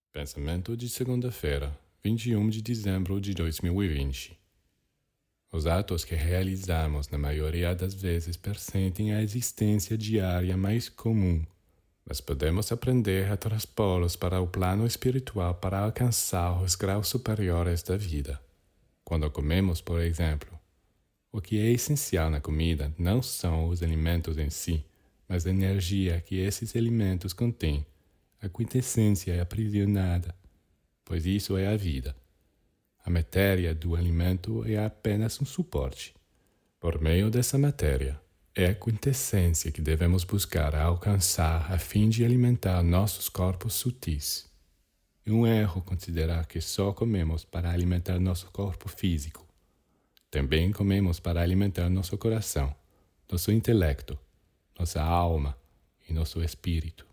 Pensamento de segunda-feira, 21 de dezembro de 2020. Os atos que realizamos na maioria das vezes pressentem a existência diária mais comum, mas podemos aprender a transpô-los para o plano espiritual para alcançar os graus superiores da vida. Quando comemos, por exemplo, o que é essencial na comida não são os alimentos em si, mas a energia que esses alimentos contêm. A quintessência é aprisionada, pois isso é a vida. A matéria do alimento é apenas um suporte. Por meio dessa matéria, é a quintessência que devemos buscar alcançar a fim de alimentar nossos corpos sutis. É um erro considerar que só comemos para alimentar nosso corpo físico. Também comemos para alimentar nosso coração, nosso intelecto, nossa alma e nosso espírito.